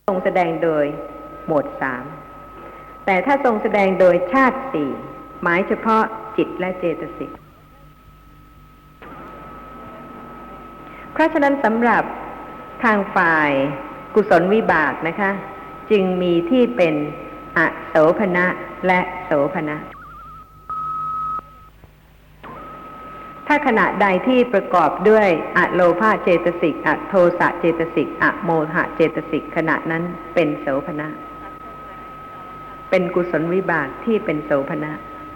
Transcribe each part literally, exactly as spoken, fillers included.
ทรงแสดงโดยโหมดสามแต่ถ้าทรงแสดงโดยชาติสี่หมายเฉพาะจิตและเจตสิกเพราะฉะนั้นสำหรับทางฝ่ายกุศลวิบากนะคะจึงมีที่เป็นอโสภณะและโสภณะถ้าขณะใดที่ประกอบด้วยอโลภะเจตสิกอโทสะเจตสิกอโมหะเจตสิกขณะนั้นเป็นโสภณะเป็นกุศลวิบากที่เป็นโสภณะ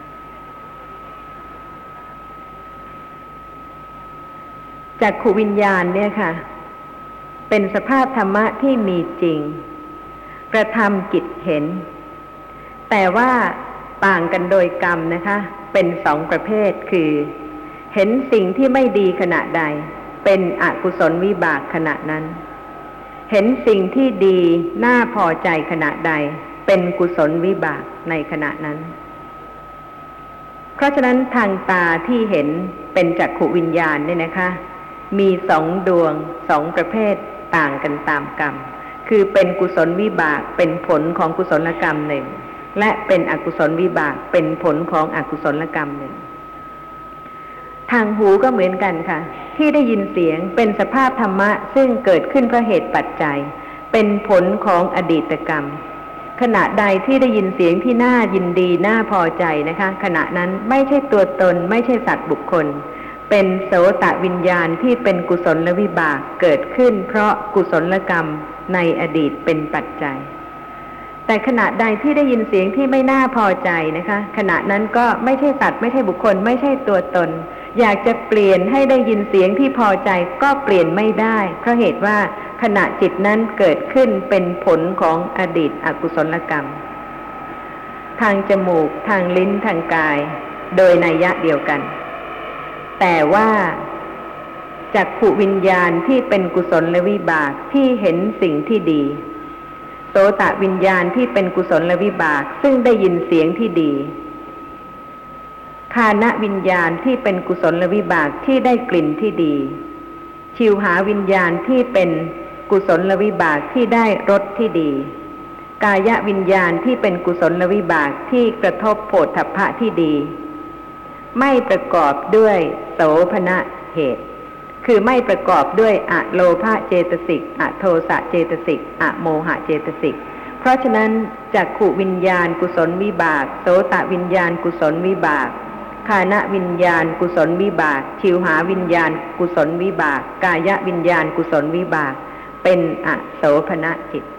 จักขุวิญญาณเนี่ยค่ะเป็นสภาพธรรมะที่มีจริงกระทำกิจเห็นแต่ว่าต่างกันโดยกรรมนะคะเป็นสองประเภทคือเห็นสิ่งที่ไม่ดีขณะใดเป็นอกุศลวิบากขณะนั้นเห็นสิ่งที่ดีน่าพอใจขณะใดเป็นกุศลวิบากในขณะนั้นเพราะฉะนั้นทางตาที่เห็นเป็นจักขุวิญญาณเนี่ยนะคะมีสองดวงสองประเภทต่างกันตามกรรมคือเป็นกุศลวิบากเป็นผลของกุศลกรรมหนึ่งและเป็นอกุศลวิบากเป็นผลของอกุศลกรรมหนึ่งทางหูก็เหมือนกันค่ะที่ได้ยินเสียงเป็นสภาพธรรมะซึ่งเกิดขึ้นเพราะเหตุปัจจัยเป็นผลของอดีตกรรมขณะใดที่ได้ยินเสียงที่น่ายินดีน่าพอใจนะคะขณะนั้นไม่ใช่ตัวตนไม่ใช่สัตว์บุคคลเป็นโสตวิญญาณที่เป็นกุศลวิบากเกิดขึ้นเพราะกุศลกรรมในอดีตเป็นปัจจัยแต่ขณะใดที่ได้ยินเสียงที่ไม่น่าพอใจนะคะขณะนั้นก็ไม่ใช่สัตว์ไม่ใช่บุคคลไม่ใช่ตัวตนอยากจะเปลี่ยนให้ได้ยินเสียงที่พอใจก็เปลี่ยนไม่ได้เพราะเหตุว่าขณะจิตนั้นเกิดขึ้นเป็นผลของอดีตอกุศลกรรมทางจมูกทางลิ้นทางกายโดยนัยยะเดียวกันแต่ว่าจักขุวิญญาณที่เป็นกุศลวิบากที่เห็นสิ่งที่ดีโสตวิญญาณที่เป็นกุศลวิบากซึ่งได้ยินเสียงที่ดีฆานวิญญาณที่เป็นกุศลวิบากที่ได้กลิ่นที่ดีชิวหาวิญญาณที่เป็นกุศลวิบากที่ได้รสที่ดีกายวิญญาณที่เป็นกุศลวิบากที่กระทบโผฏฐัพพะที่ดีไม่ประกอบด้วยโสภณเหตุคือไม่ประกอบด้วยอโลภะเจตสิกอโทสะเจตสิกอโมหะเจตสิกเพราะฉะนั้นจักขุวิญญาณกุศลวิบากโสตวิญญาณกุศลวิบากฆานวิญญาณกุศลวิบากชิวหาวิญญาณกุศลวิบากกายวิญญาณกุศลวิบากเป็นอโสภณจิต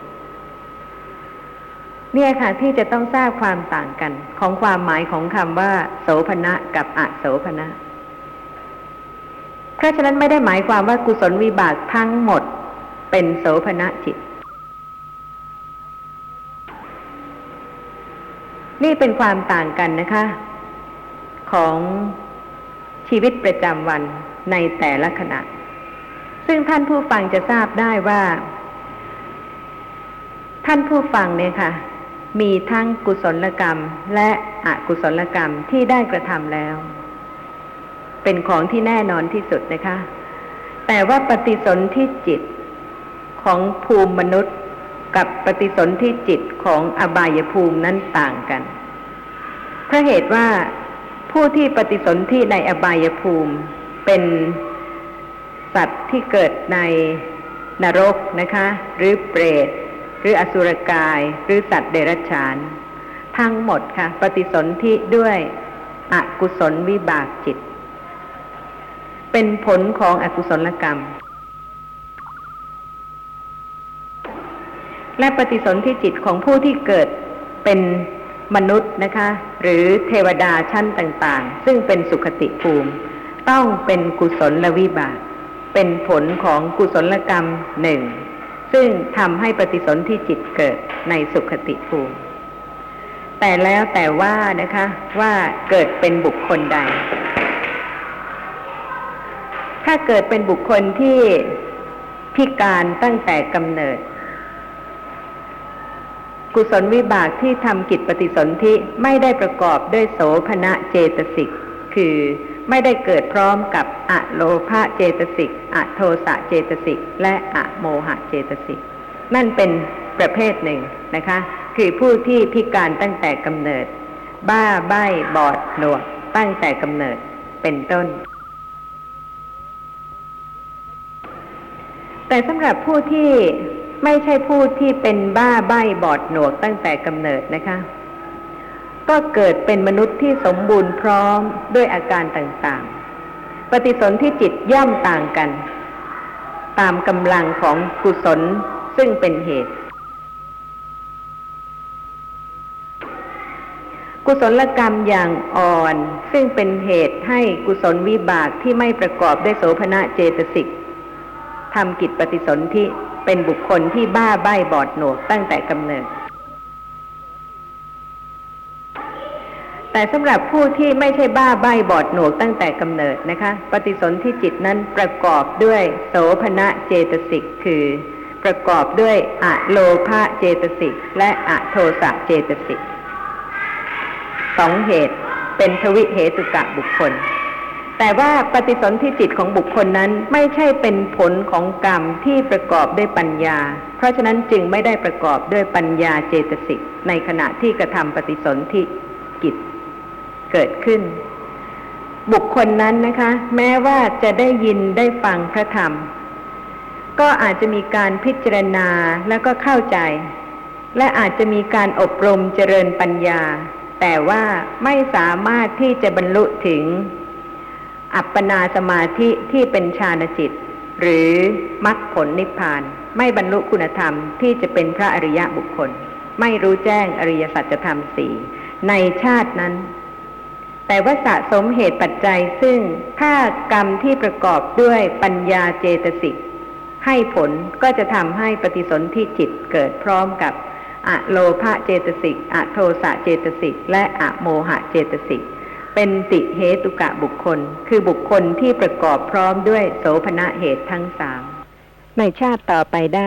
เนี่ยค่ะที่จะต้องทราบความต่างกันของความหมายของคำว่าโสภณกับอโสภณเพราะฉะนั้นไม่ได้หมายความว่ากุศลวิบากทั้งหมดเป็นโสภณจิตนี่เป็นความต่างกันนะคะของชีวิตประจำวันในแต่ละขณะซึ่งท่านผู้ฟังจะทราบได้ว่าท่านผู้ฟังเนี่ยค่ะมีทั้งกุศลกรรมและอกุศลกรรมที่ได้กระทำแล้วเป็นของที่แน่นอนที่สุดนะคะแต่ว่าปฏิสนธิจิตของภูมิมนุษย์กับปฏิสนธิจิตของอบายภูมินั้นต่างกันเพราะเหตุว่าผู้ที่ปฏิสนธิในอบายภูมิเป็นสัตว์ที่เกิดในนรกนะคะหรือเปรตหรืออสุรกายหรือสัตว์เดรัจฉานทั้งหมดค่ะปฏิสนธิด้วยอกุศลวิบากจิตเป็นผลของอกุศลกรรมและปฏิสนธิจิตของผู้ที่เกิดเป็นมนุษย์นะคะหรือเทวดาชั้นต่างๆซึ่งเป็นสุคติภูมิต้องเป็นกุศลวิบากเป็นผลของกุศลกรรมหนึ่งซึ่งทำให้ปฏิสนธิจิตเกิดในสุคติภูมิแต่แล้วแต่ว่านะคะว่าเกิดเป็นบุคคลใดถ้าเกิดเป็นบุคคลที่พิการตั้งแต่กำเนิดกุศลวิบากที่ทำกิจปฏิสนธิไม่ได้ประกอบด้วยโสภณเจตสิกคือไม่ได้เกิดพร้อมกับอโลภะเจตสิกอโทสะเจตสิกและอโมหะเจตสิกนั่นเป็นประเภทหนึ่งนะคะคือผู้ที่พิการตั้งแต่กำเนิดบ้าใบ้บอดหนวกตั้งแต่กำเนิดเป็นต้นแต่สำหรับผู้ที่ไม่ใช่ผู้ที่เป็นบ้าใบ้บอดหนวกตั้งแต่กำเนิดนะคะก็เกิดเป็นมนุษย์ที่สมบูรณ์พร้อมด้วยอาการต่างๆปฏิสนธิจิตย่อมต่างกันตามกำลังของกุศลซึ่งเป็นเหตุกุศลกรรมอย่างอ่อนซึ่งเป็นเหตุให้กุศลวิบากที่ไม่ประกอบด้วยโสภณเจตสิกทำกิจปฏิสนธิเป็นบุคคลที่บ้าใบ้บอดหนวกตั้งแต่กำเนิดแต่สำหรับผู้ที่ไม่ใช่บ้าใบ้บอดหนวกตั้งแต่กำเนิดนะคะปฏิสนธิจิตนั้นประกอบด้วยโสภณเจตสิกคือประกอบด้วยอโลภะเจตสิกและอโทสะเจตสิกสองเหตุเป็นทวิเหตุกะบุคคลแต่ว่าปฏิสนธิจิตของบุคคลนั้นไม่ใช่เป็นผลของกรรมที่ประกอบด้วยปัญญาเพราะฉะนั้นจึงไม่ได้ประกอบด้วยปัญญาเจตสิกในขณะที่กระทำปฏิสนธิกิจเกิดขึ้นบุคคลนั้นนะคะแม้ว่าจะได้ยินได้ฟังพระธรรมก็อาจจะมีการพิจารณาแล้วก็เข้าใจและอาจจะมีการอบรมเจริญปัญญาแต่ว่าไม่สามารถที่จะบรรลุถึงอัปปนาสมาธิที่เป็นฌานจิตหรือมรรคผลนิพพานไม่บรรลุคุณธรรมที่จะเป็นพระอริยบุคคลไม่รู้แจ้งอริยสัจธรรมสี่ในชาตินั้นแต่ว่าสะสมเหตุปัจจัยซึ่งถ้ากรรมที่ประกอบด้วยปัญญาเจตสิกให้ผลก็จะทำให้ปฏิสนธิจิตเกิดพร้อมกับอโลภะเจตสิกอโทสะเจตสิกและอโมหะเจตสิกเป็นติเหตุกะบุคคลคือบุคคลที่ประกอบพร้อมด้วยโสภณเหตุทั้งสามในชาติต่อไปได้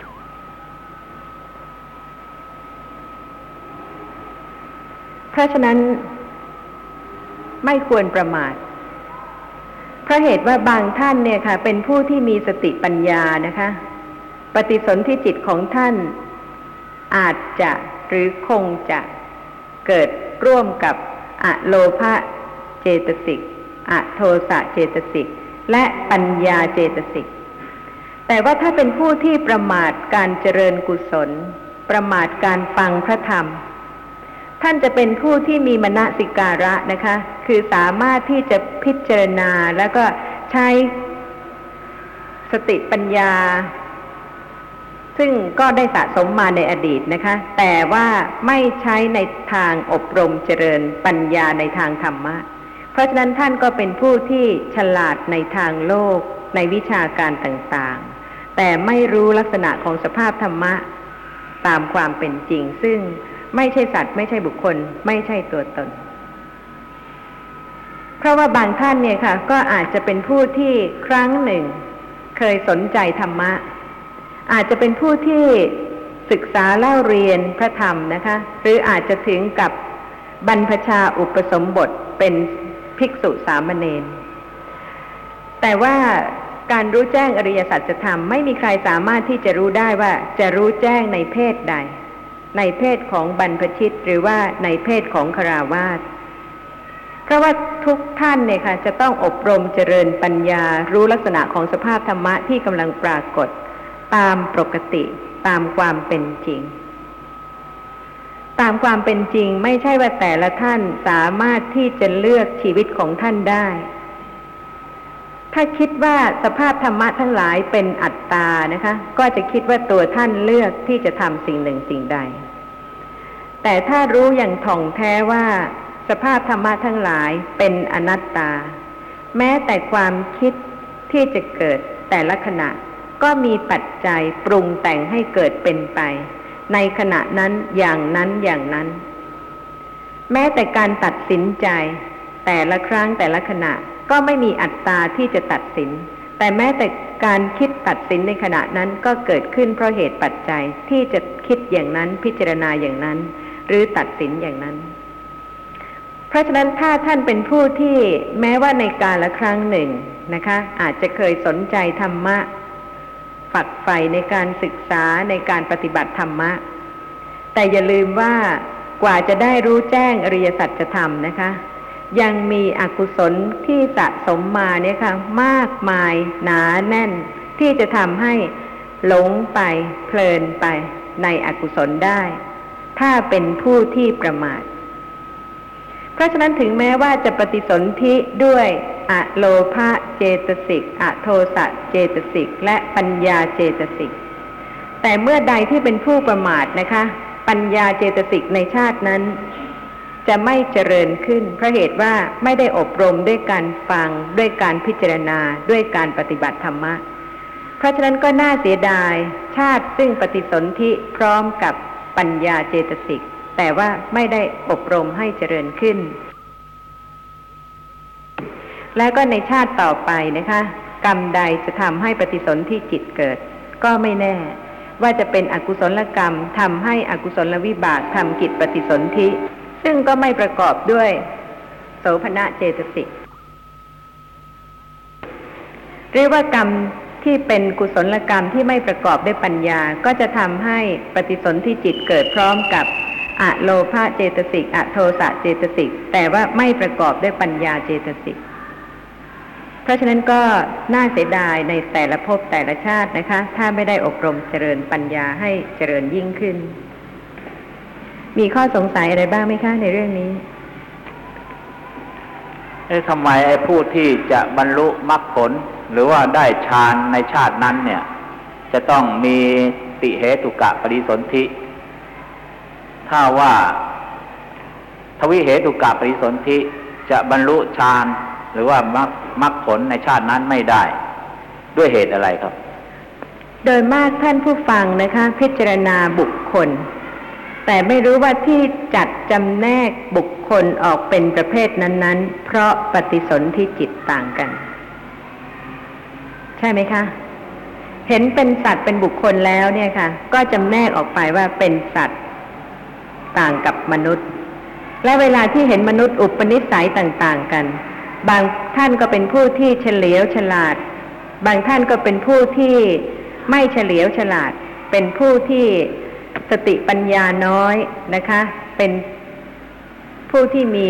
เพราะฉะนั้นไม่ควรประมาทเพราะเหตุว่าบางท่านเนี่ยค่ะเป็นผู้ที่มีสติปัญญานะคะปฏิสนธิจิตของท่านอาจจะหรือคงจะเกิดร่วมกับอโลภะเจตสิกอโทสะเจตสิกและปัญญาเจตสิกแต่ว่าถ้าเป็นผู้ที่ประมาทการเจริญกุศลประมาทการฟังพระธรรมท่านจะเป็นผู้ที่มีมนสิการะนะคะคือสามารถที่จะพิจารณาแล้วก็ใช้สติปัญญาซึ่งก็ได้สะสมมาในอดีตนะคะแต่ว่าไม่ใช้ในทางอบรมเจริญปัญญาในทางธรรมะเพราะฉะนั้นท่านก็เป็นผู้ที่ฉลาดในทางโลกในวิชาการต่างๆแต่ไม่รู้ลักษณะของสภาพธรรมะตามความเป็นจริงซึ่งไม่ใช่สัตว์ไม่ใช่บุคคลไม่ใช่ตัวตนเพราะว่าบางท่านเนี่ยค่ะก็อาจจะเป็นผู้ที่ครั้งหนึ่งเคยสนใจธรรมะอาจจะเป็นผู้ที่ศึกษาเล่าเรียนพระธรรมนะคะหรืออาจจะถึงกับบรรพชาอุปสมบทเป็นภิกษุสามเณรแต่ว่าการรู้แจ้งอริยสัจธรรมไม่มีใครสามารถที่จะรู้ได้ว่าจะรู้แจ้งในเพศใดในเพศของบรรพชิตหรือว่าในเพศของฆราวาสเพราะว่าทุกท่านเนี่ยค่ะจะต้องอบรมเจริญปัญญารู้ลักษณะของสภาพธรรมะที่กำลังปรากฏตามปกติตามความเป็นจริงตามความเป็นจริงไม่ใช่ว่าแต่ละท่านสามารถที่จะเลือกชีวิตของท่านได้ถ้าคิดว่าสภาพธรรมะทั้งหลายเป็นอัตตานะคะก็จะคิดว่าตัวท่านเลือกที่จะทำสิ่งหนึ่งสิ่งใดแต่ถ้ารู้อย่างถ่องแท้ว่าสภาพธรรมะทั้งหลายเป็นอนัตตาแม้แต่ความคิดที่จะเกิดแต่ละขณะก็มีปัจจัยปรุงแต่งให้เกิดเป็นไปในขณะนั้นอย่างนั้นอย่างนั้นแม้แต่การตัดสินใจแต่ละครั้งแต่ละขณะก็ไม่มีอัตตาที่จะตัดสินแต่แม้แต่การคิดตัดสินในขณะนั้นก็เกิดขึ้นเพราะเหตุปัจจัยที่จะคิดอย่างนั้นพิจารณาอย่างนั้นหรือตัดสินอย่างนั้นเพราะฉะนั้นถ้าท่านเป็นผู้ที่แม้ว่าในกาลครั้งหนึ่งนะคะอาจจะเคยสนใจธรรมะฝักใฝ่ในการศึกษาในการปฏิบัติธรรมะแต่อย่าลืมว่ากว่าจะได้รู้แจ้งอริยสัจธรรมนะคะยังมีอกุศลที่สะสมมาเนี่ยค่ะมากมายหนาแน่นที่จะทำให้หลงไปเพลินไปในอกุศลได้ถ้าเป็นผู้ที่ประมาทเพราะฉะนั้นถึงแม้ว่าจะปฏิสนธิด้วยอโลภะเจตสิกอโทสะเจตสิกและปัญญาเจตสิกแต่เมื่อใดที่เป็นผู้ประมาทนะคะปัญญาเจตสิกในชาตินั้นจะไม่เจริญขึ้นเพราะเหตุว่าไม่ได้อบรมด้วยการฟังด้วยการพิจารณาด้วยการปฏิบัติธรรมะเพราะฉะนั้นก็น่าเสียดายชาติซึ่งปฏิสนธิพร้อมกับปัญญาเจตสิกแต่ว่าไม่ได้อบรมให้เจริญขึ้นและก็ในชาติต่อไปนะคะกรรมใดจะทำให้ปฏิสนธิจิตเกิดก็ไม่แน่ว่าจะเป็นอกุศลกรรมทำให้อกุศลวิบากทำกิจปฏิสนธิซึ่งก็ไม่ประกอบด้วยโสภณเจตสิกเรียกว่ากรรมที่เป็นกุศลกรรมที่ไม่ประกอบด้วยปัญญาก็จะทำให้ปฏิสนธิจิตเกิดพร้อมกับอโลภะเจตสิกอโทสะเจตสิกแต่ว่าไม่ประกอบด้วยปัญญาเจตสิกเพราะฉะนั้นก็น่าเสียดายในแต่ละภพแต่ละชาตินะคะถ้าไม่ได้อบรมเจริญปัญญาให้เจริญยิ่งขึ้นมีข้อสงสัยอะไรบ้างไหมคะในเรื่องนี้เอ๊ะทำไมไอ้ผู้ที่จะบรรลุมรรคผลหรือว่าได้ฌานในชาตินั้นเนี่ยจะต้องมีติเหตุกะปฏิสนธิถ้าว่าทวิเหตุกะปฏิสนธิจะบรรลุฌานหรือว่ามรรคมรรคผลในชาตินั้นไม่ได้ด้วยเหตุอะไรครับโดยมากท่านผู้ฟังนะคะพิจารณาบุคคลแต่ไม่รู้ว่าที่จัดจำแนกบุคคลออกเป็นประเภทนั้นๆเพราะปฏิสนธิจิตต่างกันใช่ไหมคะเห็นเป็นสัตว์เป็นบุคคลแล้วเนี่ยค่ะก็จำแนกออกไปว่าเป็นสัตว์ต่างกับมนุษย์และเวลาที่เห็นมนุษย์อุปนิสัยต่างๆกันบางท่านก็เป็นผู้ที่เฉลียวฉลาดบางท่านก็เป็นผู้ที่ไม่เฉลียวฉลาดเป็นผู้ที่สติปัญญาน้อยนะคะเป็นผู้ที่มี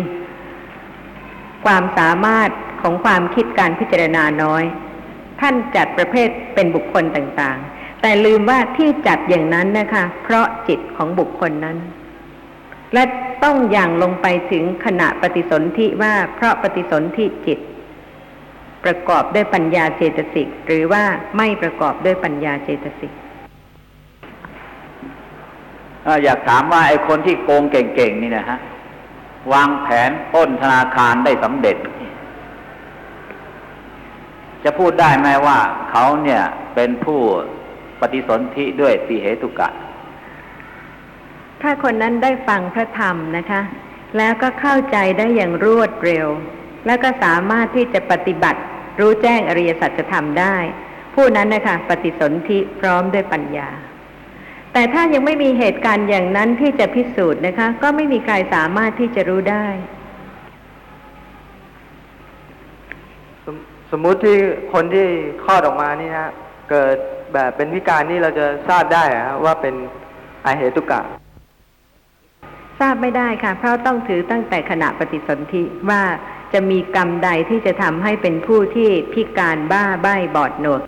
ความสามารถของความคิดการพิจารณาน้อยท่านจัดประเภทเป็นบุคคลต่างๆแต่ลืมว่าที่จัดอย่างนั้นนะคะเพราะจิตของบุคคลนั้นและต้องอย่างลงไปถึงขณะปฏิสนธิว่าเพราะปฏิสนธิจิตประกอบด้วยปัญญาเจตสิกหรือว่าไม่ประกอบด้วยปัญญาเจตสิกอยากถามว่าไอ้คนที่โกงเก่งๆนี่นะฮะวางแผนปล้นธนาคารได้สำเร็จจะพูดได้ไหมว่าเขาเนี่ยเป็นผู้ปฏิสนธิด้วยติเหตุกะถ้าคนนั้นได้ฟังพระธรรมนะคะแล้วก็เข้าใจได้อย่างรวดเร็วแล้วก็สามารถที่จะปฏิบัติรู้แจ้งอริยสัจธรรมได้ผู้นั้นนะคะปฏิสนธิพร้อมด้วยปัญญาแต่ถ้ายังไม่มีเหตุการณ์อย่างนั้นที่จะพิสูจน์นะคะก็ไม่มีใครสามารถที่จะรู้ได้สม, สมมุติที่คนที่คลอดออกมานี่นะเกิดแบบเป็นวิการนี่เราจะทราบได้อะว่าเป็นอเหตุกะทราบไม่ได้ค่ะเพราะต้องถือตั้งแต่ขณะปฏิสนธิว่าจะมีกรรมใดที่จะทำให้เป็นผู้ที่พิการบ้าใบ้บอดหนวก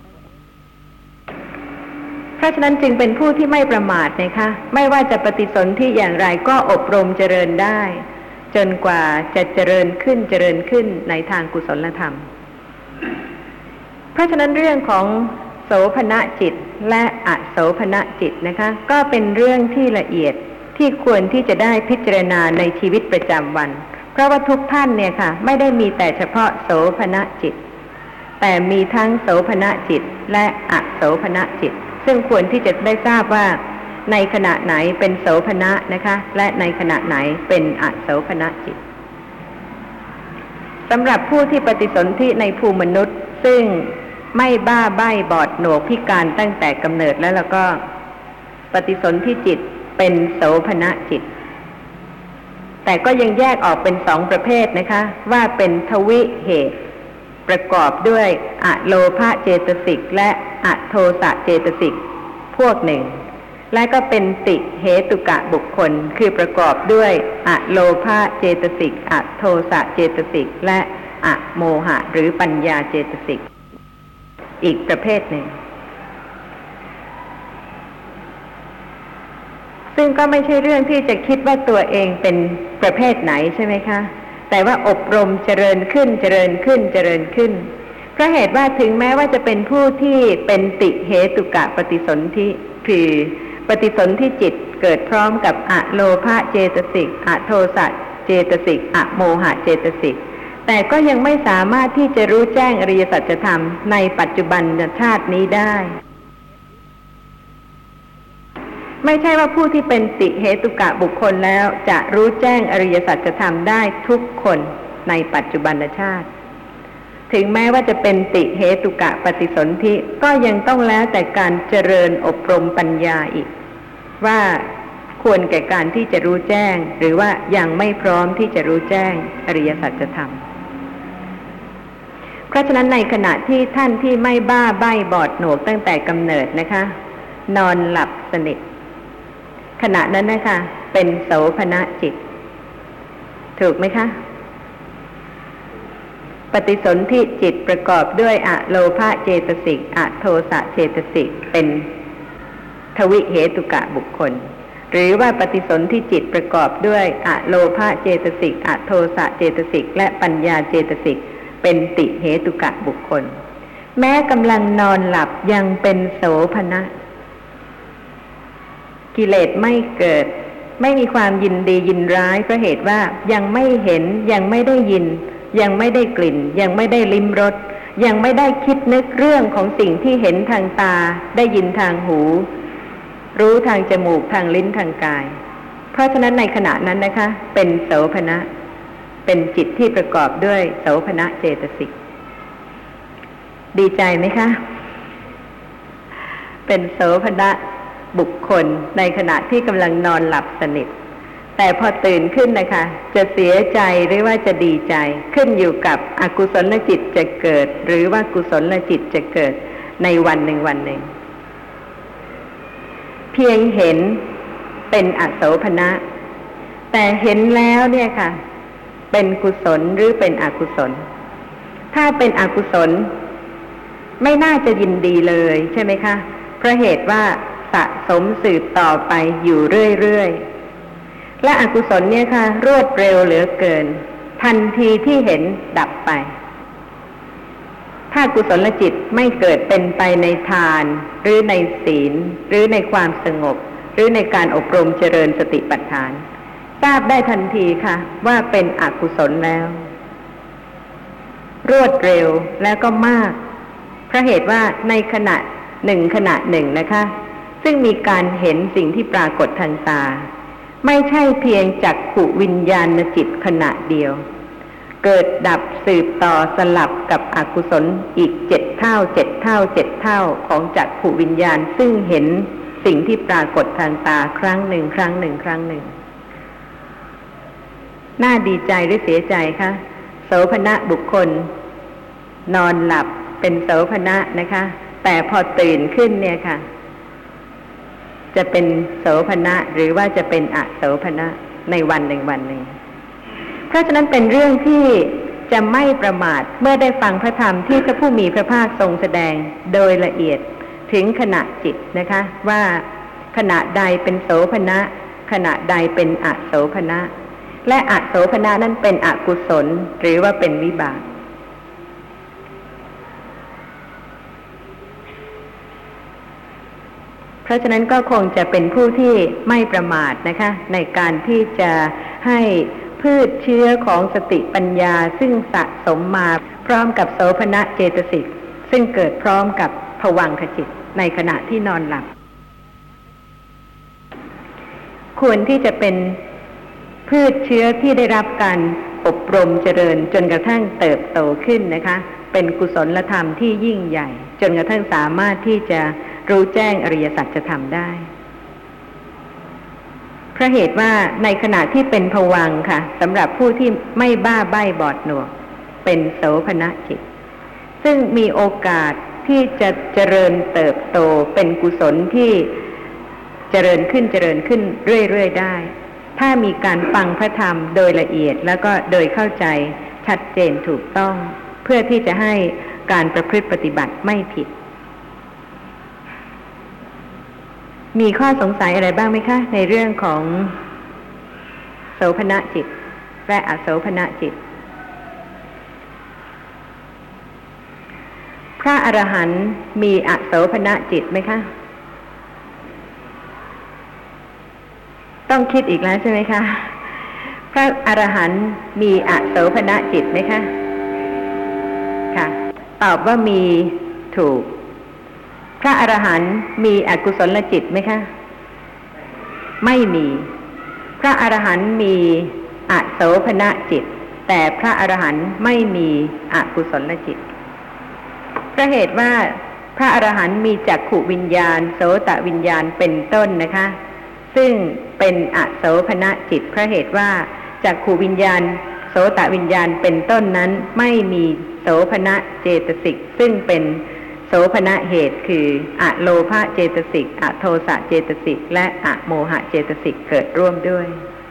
เพราะฉะนั้นจึงเป็นผู้ที่ไม่ประมาทนะคะไม่ว่าจะปฏิสนธิอย่างไรก็อบรมเจริญได้จนกว่าจะเจริญขึ้นเจริญขึ้นในทางกุศลธรรมเพราะฉะนั้นเรื่องของโสภณจิตและอโสภณจิตนะคะก็เป็นเรื่องที่ละเอียดที่ควรที่จะได้พิจารณาในชีวิตประจำวันเพราะว่าทุกท่านเนี่ยค่ะไม่ได้มีแต่เฉพาะโสภณจิตแต่มีทั้งโสภณจิตและอโสภณจิตซึ่งควรที่จะได้ทราบว่าในขณะไหนเป็นโสภณะนะคะและในขณะไหนเป็นอโสภณจิตสำหรับผู้ที่ปฏิสนธิในภูมิมนุษย์ซึ่งไม่บ้าใบ้บอดหนวกพิการตั้งแต่กำเนิดแล้วแล้วก็ปฏิสนธิจิตเป็นโสภณจิตแต่ก็ยังแยกออกเป็นสองประเภทนะคะว่าเป็นทวิเหตุประกอบด้วยอโลภะเจตสิกและอโทสะเจตสิกพวกหนึ่งและก็เป็นติเหตุกะบุคคลคือประกอบด้วยอโลภะเจตสิกอโทสะเจตสิกและอโมหะหรือปัญญาเจตสิกอีกประเภทหนึ่งซึ่งก็ไม่ใช่เรื่องที่จะคิดว่าตัวเองเป็นประเภทไหนใช่ไหมคะแต่ว่าอบรมเจริญขึ้นเจริญขึ้นเจริญขึ้นเพราะเหตุว่าถึงแม้ว่าจะเป็นผู้ที่เป็นติเหตุกะปฏิสนธิคือปฏิสนธิจิตเกิดพร้อมกับอโลภะเจตสิกอโทสะเจตสิกอโมหะเจตสิกแต่ก็ยังไม่สามารถที่จะรู้แจ้งอริยสัจธรรมในปัจจุบันชาตินี้ได้ไม่ใช่ว่าผู้ที่เป็นติเหตุกะบุคคลแล้วจะรู้แจ้งอริยสัจธรรมได้ทุกคนในปัจจุบันชาติถึงแม้ว่าจะเป็นติเหตุกะปฏิสนธิก็ยังต้องแล้วแต่การเจริญอบรมปัญญาอีกว่าควรแก่การที่จะรู้แจ้งหรือว่ายังไม่พร้อมที่จะรู้แจ้งอริยสัจธรรมเพราะฉะนั้นในขณะที่ท่านที่ไม่บ้าใบ้บอดหนวกตั้งแต่กำเนิดนะคะนอนหลับสนิทขณะนั้นนะคะเป็นโสภณจิตถูกไหมคะปฏิสนธิจิตประกอบด้วยอโลภะเจตสิกอโทสะเจตสิกเป็นทวิเหตุกะบุคคลหรือว่าปฏิสนธิจิตประกอบด้วยอโลภะเจตสิกอโทสะเจตสิกและปัญญาเจตสิกเป็นติเหตุกะบุคคลแม้กำลังนอนหลับยังเป็นโสภณกิเลสไม่เกิดไม่มีความยินดียินร้ายเพราะเหตุว่ายังไม่เห็นยังไม่ได้ยินยังไม่ได้กลิ่นยังไม่ได้ลิ้มรสยังไม่ได้คิดนึกเรื่องของสิ่งที่เห็นทางตาได้ยินทางหูรู้ทางจมูกทางลิ้นทางกายเพราะฉะนั้นในขณะนั้นนะคะเป็นโสภณะเป็นจิตที่ประกอบด้วยโสภณเจตสิกดีใจไหมคะเป็นโสภณะบุคคลในขณะที่กำลังนอนหลับสนิทแต่พอตื่นขึ้นนะคะจะเสียใจหรือว่าจะดีใจขึ้นอยู่กับอกุศลจิตจะเกิดหรือว่ากุศลจิตจะเกิดในวันหนึ่งวันหนึ่งเพียงเห็นเป็นอโสภณะแต่เห็นแล้วเนี่ยค่ะเป็นกุศลหรือเป็นอกุศลถ้าเป็นอกุศลไม่น่าจะยินดีเลยใช่ไหมคะเพราะเหตุว่าสะสมสืบต่อไปอยู่เรื่อยๆและอกุศลเนี่ยค่ะรวดเร็วเหลือเกินทันทีที่เห็นดับไปถ้ากุศลจิตไม่เกิดเป็นไปในทานหรือในศีลหรือในความสงบหรือในการอบรมเจริญสติปัฏฐานทราบได้ทันทีค่ะว่าเป็นอกุศลแล้วรวดเร็วแล้วก็มากเพราะเหตุว่าในขณะหนึ่งขณะหนึ่งนะคะซึ่งมีการเห็นสิ่งที่ปรากฏทางตาไม่ใช่เพียงจักขุวิญญาณจิตขณะเดียวเกิดดับสืบต่อสลับกับอกุศลอีกเจ็ดเท่าเจ็ดเท่าเจ็ดเท่าของจักขุวิญญาณซึ่งเห็นสิ่งที่ปรากฏทางตาครั้งหนึ่งครั้งหนึ่งครั้งหนึ่งน่าดีใจหรือเสียใจคะโสภณะบุคคลนอนหลับเป็นโสภณะนะคะแต่พอตื่นขึ้นเนี่ยค่ะจะเป็นโสภณะหรือว่าจะเป็นอโสภณะในวันหนึ่งวันหนึ่งเพราะฉะนั้นเป็นเรื่องที่จะไม่ประมาทเมื่อได้ฟังพระธรรมที่พระผู้มีพระภาคทรงแสดงโดยละเอียดถึงขณะจิตนะคะว่าขณะใดเป็นโสภณะขณะใดเป็นอโสภณะและอโสภณะนั้นเป็นอกุศลหรือว่าเป็นวิบากเพราะฉะนั้นก็คงจะเป็นผู้ที่ไม่ประมาทนะคะในการที่จะให้พืชเชื้อของสติปัญญาซึ่งสะสมมาพร้อมกับโสภณเจตสิกซึ่งเกิดพร้อมกับภวังคจิตในขณะที่นอนหลับควรที่จะเป็นพืชเชื้อที่ได้รับการอบรมเจริญจนกระทั่งเติบโตขึ้นนะคะเป็นกุศลธรรมที่ยิ่งใหญ่จนกระทั่งสามารถที่จะรู้แจ้งอริยสัจธรรมได้เพราะเหตุว่าในขณะที่เป็นภวังค์ค่ะสำหรับผู้ที่ไม่บ้าใบ้บอดหนวกเป็นโสภณจิตซึ่งมีโอกาสที่จะเจริญเติบโตเป็นกุศลที่เจริญขึ้นเจริญขึ้นเรื่อยๆได้ถ้ามีการฟังพระธรรมโดยละเอียดแล้วก็โดยเข้าใจชัดเจนถูกต้องเพื่อที่จะให้การประพฤติปฏิบัติไม่ผิดมีข้อสงสัยอะไรบ้างไหมคะในเรื่องของโสภณจิตและอโสภณจิตพระอรหันต์มีอโสภณจิตไหมคะต้องคิดอีกแล้วใช่ไหมคะพระอรหันต์มีอโสภณจิตไหมคะค่ะตอบว่ามีถูกพระอรหันต์มีอกุศลจิตไหมคะไม่มีพระอรหันต์มีอโสภณจิตแต่พระอรหันต์ไม่มีอกุศลจิตเพราะเหตุว่าพระอรหันต์มีจักขุวิญญาณโสตวิญญาณเป็นต้นนะคะซึ่งเป็นอโสภณจิตเพราะเหตุว่าจักขุวิญญาณโสตวิญญาณเป็นต้นนั้นไม่มีโสภณเจตสิกซึ่งเป็นโสภณเหตุคืออโลภะเจตสิกอโทสะเจตสิกและอโมหะเจตสิกเกิดร่วมด้วย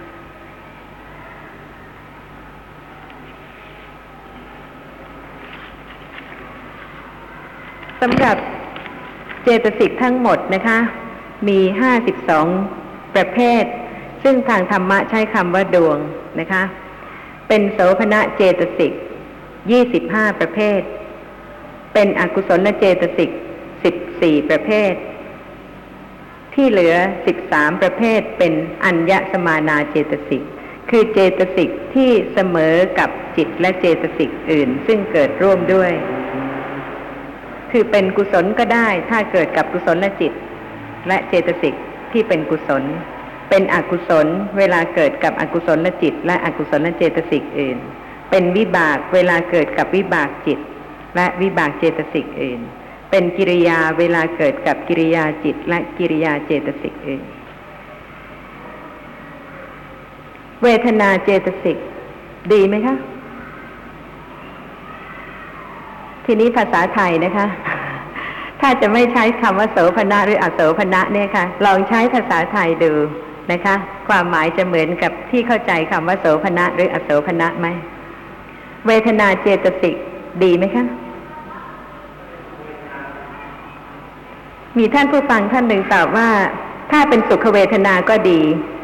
สำหรับเจตสิกทั้งหมดนะคะมีห้าสิบสองประเภทซึ่งทางธรรมะใช้คำว่าดวงนะคะเป็นโสภณเจตสิกยี่สิบห้าประเภทเป็นอกุศลเจตสิกสิบสี่ประเภทที่เหลือสิบสามประเภทเป็นอัญญสมานาเจตสิกคือเจตสิกที่เสมอกับจิตและเจตสิกอื่นซึ่งเกิดร่วมด้วยคือเป็นกุศลก็ได้ถ้าเกิดกับกุศลจิตและเจตสิกที่เป็นกุศลเป็นอกุศลเวลาเกิดกับอกุศลจิตและอกุศลเจตสิกอื่นเป็นวิบากเวลาเกิดกับวิบากจิตและวิบากเจตสิกอื่นเป็นกิริยาเวลาเกิดกับกิริยาจิตและกิริยาเจตสิกอื่นเวทนาเจตสิกดีไหมคะทีนี้ภาษาไทยนะคะถ้าจะไม่ใช้คำว่าโสภณะหรืออโสภณะเนี่ยค่ะลองใช้ภาษาไทยดูนะคะความหมายจะเหมือนกับที่เข้าใจคำว่าโสภณะหรืออโสภณะไหมเวทนาเจตสิกดีไหมคะมีท่านผู้ฟังท่านหนึ่งตอบว่าถ้าเป็นสุขเวทนาก็ดี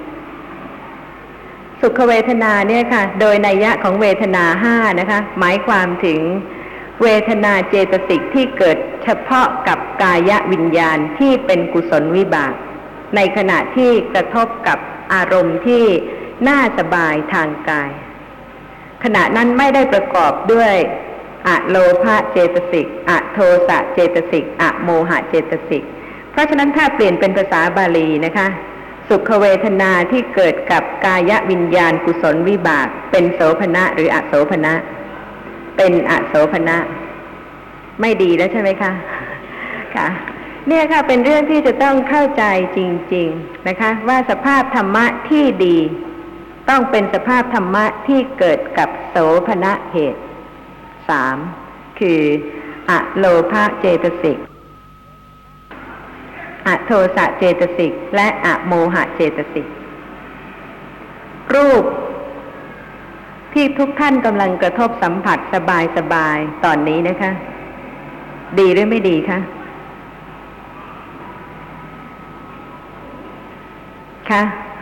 สุขเวทนาเนี่ยค่ะโดยนัยยะของเวทนาห้านะคะหมายความถึงเวทนาเจตสิกที่เกิดเฉพาะกับกายวิญญาณที่เป็นกุศลวิบากในขณะที่กระทบกับอารมณ์ที่น่าสบายทางกายขณะนั้นไม่ได้ประกอบด้วยอโลภะเจตสิกอโทสะเจตสิกอโมหะเจตสิกเพราะฉะนั้นถ้าเปลี่ยนเป็นภาษาบาลีนะคะสุขเวทนาที่เกิดกับกายวิญญาณกุศลวิบากเป็นโสภณะหรืออโสภณะเป็นอโสภณะไม่ดีแล้วใช่ไหมคะค่ะเนี่ยค่ะเป็นเรื่องที่จะต้องเข้าใจจริงๆนะคะว่าสภาพธรรมะที่ดีต้องเป็นสภาพธรรมะที่เกิดกับโสภณะเหตุสามคืออโลภะเจตสิกอโทสะเจตสิกและอโมหะเจตสิกรูปที่ทุกท่านกำลังกระทบสัมผัสสบายๆตอนนี้นะคะดีหรือไม่ดีคะคะ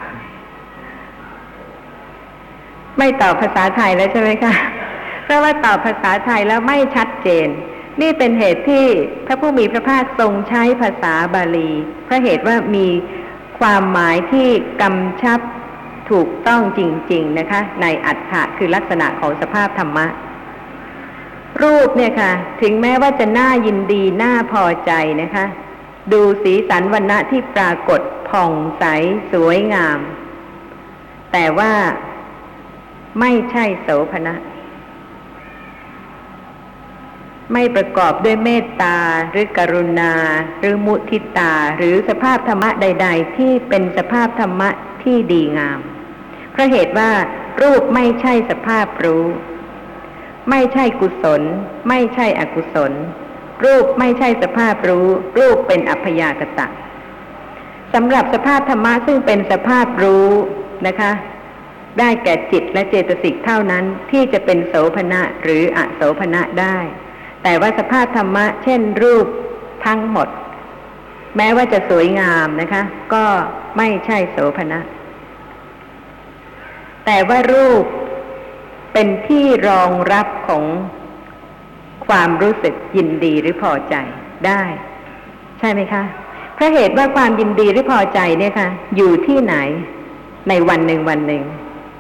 ไม่ตอบภาษาไทยแล้วใช่ไหมคะเพราะว่าตอบภาษาไทยแล้วไม่ชัดเจนนี่เป็นเหตุที่พระผู้มีพระภาคทรงใช้ภาษาบาลีเพราะเหตุว่ามีความหมายที่กำชับถูกต้องจริงๆนะคะในอรรถะคือลักษณะของสภาพธรรมะรูปเนี่ยค่ะถึงแม้ว่าจะน่ายินดีน่าพอใจนะคะดูสีสันวรรณะที่ปรากฏผ่องใสสวยงามแต่ว่าไม่ใช่โสภณะไม่ประกอบด้วยเมตตาหรือกรุณาหรือมุทิตาหรือสภาพธรรมะใดๆที่เป็นสภาพธรรมะที่ดีงามเพราะเหตุว่ารูปไม่ใช่สภาพรู้ไม่ใช่กุศลไม่ใช่อกุศลรูปไม่ใช่สภาพรู้รูปเป็นอัพยากตะสำหรับสภาพธรรมะซึ่งเป็นสภาพรู้นะคะได้แก่จิตและเจตสิกเท่านั้นที่จะเป็นโสภณะหรืออโสภณะได้แต่ว่าสภาพธรรมะเช่นรูปทั้งหมดแม้ว่าจะสวยงามนะคะก็ไม่ใช่โสภณะแต่ว่ารูปเป็นที่รองรับของความรู้สึกยินดีหรือพอใจได้ใช่ไหมคะเพราะเหตุว่าความยินดีหรือพอใจเนี่ยค่ะอยู่ที่ไหนในวันหนึ่งวันหนึ่ง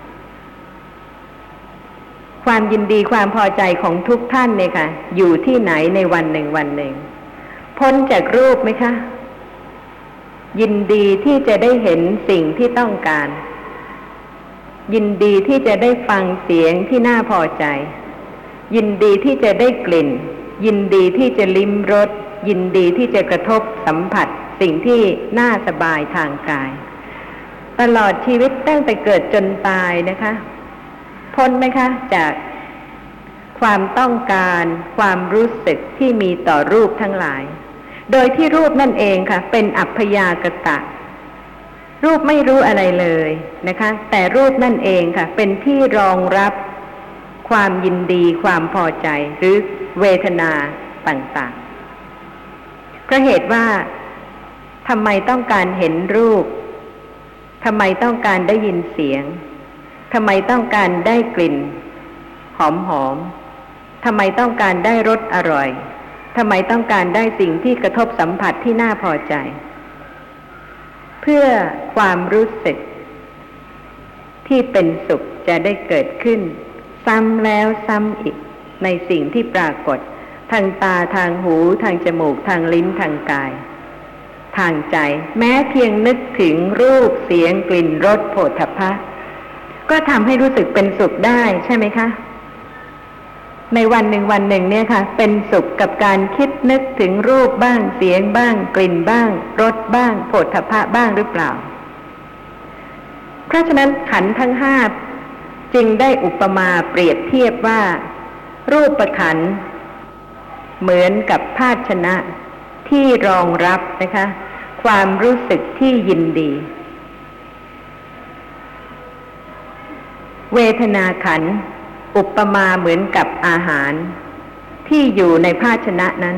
ความยินดีความพอใจของทุกท่านเนี่ยค่ะอยู่ที่ไหนในวันหนึ่งวันหนึ่งพ้นจากรูปไหมคะยินดีที่จะได้เห็นสิ่งที่ต้องการยินดีที่จะได้ฟังเสียงที่น่าพอใจยินดีที่จะได้กลิ่นยินดีที่จะลิ้มรสยินดีที่จะกระทบสัมผัสสิ่งที่น่าสบายทางกายตลอดชีวิตตั้งแต่เกิดจนตายนะคะพ้นไหมคะจากความต้องการความรู้สึกที่มีต่อรูปทั้งหลายโดยที่รูปนั่นเองค่ะเป็นอัพยากตะรูปไม่รู้อะไรเลยนะคะแต่รูปนั่นเองค่ะเป็นที่รองรับความยินดีความพอใจหรือเวทนาต่างๆเพราะเหตุว่าทำไมต้องการเห็นรูปทำไมต้องการได้ยินเสียงทำไมต้องการได้กลิ่นหอมๆทำไมต้องการได้รสอร่อยทำไมต้องการได้สิ่งที่กระทบสัมผัสที่น่าพอใจเพื่อความรู้สึกที่เป็นสุขจะได้เกิดขึ้นซ้ำแล้วซ้ำอีกในสิ่งที่ปรากฏทางตาทางหูทางจมูกทางลิ้นทางกายทางใจแม้เพียงนึกถึงรูปเสียงกลิ่นรสโผฏฐัพพะก็ทำให้รู้สึกเป็นสุขได้ใช่ไหมคะในวันหนึ่งวันหนึ่งเนี่ยค่ะเป็นสุขกับการคิดนึกถึงรูปบ้างเสียงบ้างกลิ่นบ้างรสบ้างโผฏฐัพพะบ้างหรือเปล่าเพราะฉะนั้นขันธ์ทั้งห้าจึงได้อุปมาเปรียบเทียบว่ารูปขันธ์เหมือนกับภาชนะที่รองรับนะคะความรู้สึกที่ยินดีเวทนาขันธ์อุปมาเหมือนกับอาหารที่อยู่ในภาชนะนั้น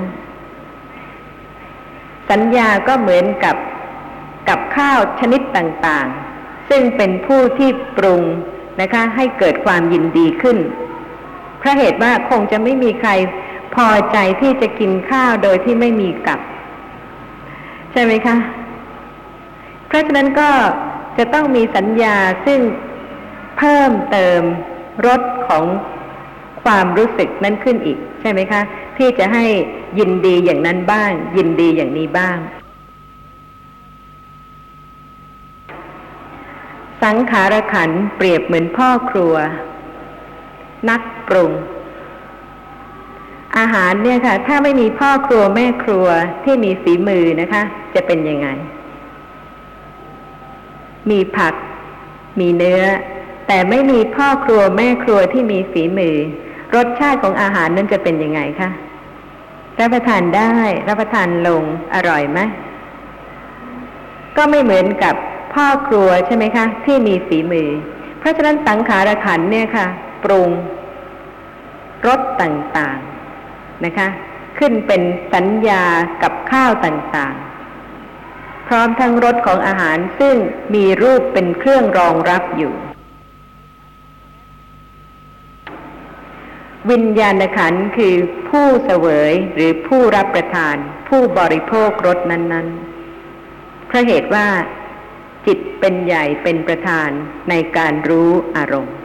สัญญาก็เหมือนกับกับข้าวชนิดต่างๆซึ่งเป็นผู้ที่ปรุงนะคะให้เกิดความยินดีขึ้นเพราะเหตุว่าคงจะไม่มีใครพอใจที่จะกินข้าวโดยที่ไม่มีกับใช่ไหมคะเพราะฉะนั้นก็จะต้องมีสัญญาซึ่งเพิ่มเติมรสของความรู้สึกนั้นขึ้นอีกใช่ไหมคะที่จะให้ยินดีอย่างนั้นบ้างยินดีอย่างนี้บ้างสังขารขันธ์เปรียบเหมือนพ่อครัวนักปรุงอาหารเนี่ยค่ะถ้าไม่มีพ่อครัวแม่ครัวที่มีฝีมือนะคะจะเป็นยังไงมีผักมีเนื้อแต่ไม่มีพ่อครัวแม่ครัวที่มีฝีมือรสชาติของอาหารนั้นจะเป็นยังไงคะรับประทานได้รับประทานลงอร่อยไหมก็ไม่เหมือนกับพ่อครัวใช่ไหมคะที่มีฝีมือเพราะฉะนั้นสังขารขันธ์เนี่ยค่ะปรุงรสต่างๆนะคะขึ้นเป็นสัญญากับข้าวต่างๆพร้อมทั้งรสของอาหารซึ่งมีรูปเป็นเครื่องรองรับอยู่วิญญาณขันธ์คือผู้เสวยหรือผู้รับประทานผู้บริโภครสนั้นๆเพราะเหตุว่าจิตเป็นใหญ่เป็นประธานในการรู้อารมณ์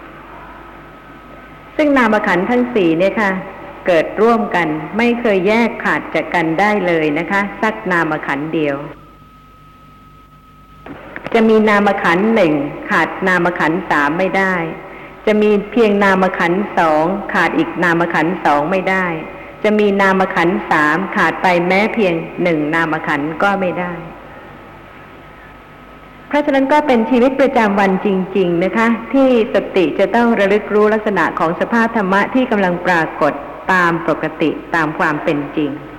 ซึ่งนามขันธ์ทั้งสี่เนี่ยค่ะเกิดร่วมกันไม่เคยแยกขาดจากกันได้เลยนะคะสักนามขันธ์เดียวจะมีนามขันธ์หนึ่งขาดนามขันธ์สามไม่ได้จะมีเพียงนามขันธ์สองขาดอีกนามขันธ์สองไม่ได้จะมีนามขันธ์สามขาดไปแม้เพียงหนึ่งนามขันธ์ก็ไม่ได้เพเพราะฉะนั้นก็เป็นชีวิตประจำวันจริงๆนะคะที่สติจะต้องระลึกรู้ลักษณะของสภาพธรรมะที่กำลังปรากฏตามปกติตามความเป็นจริง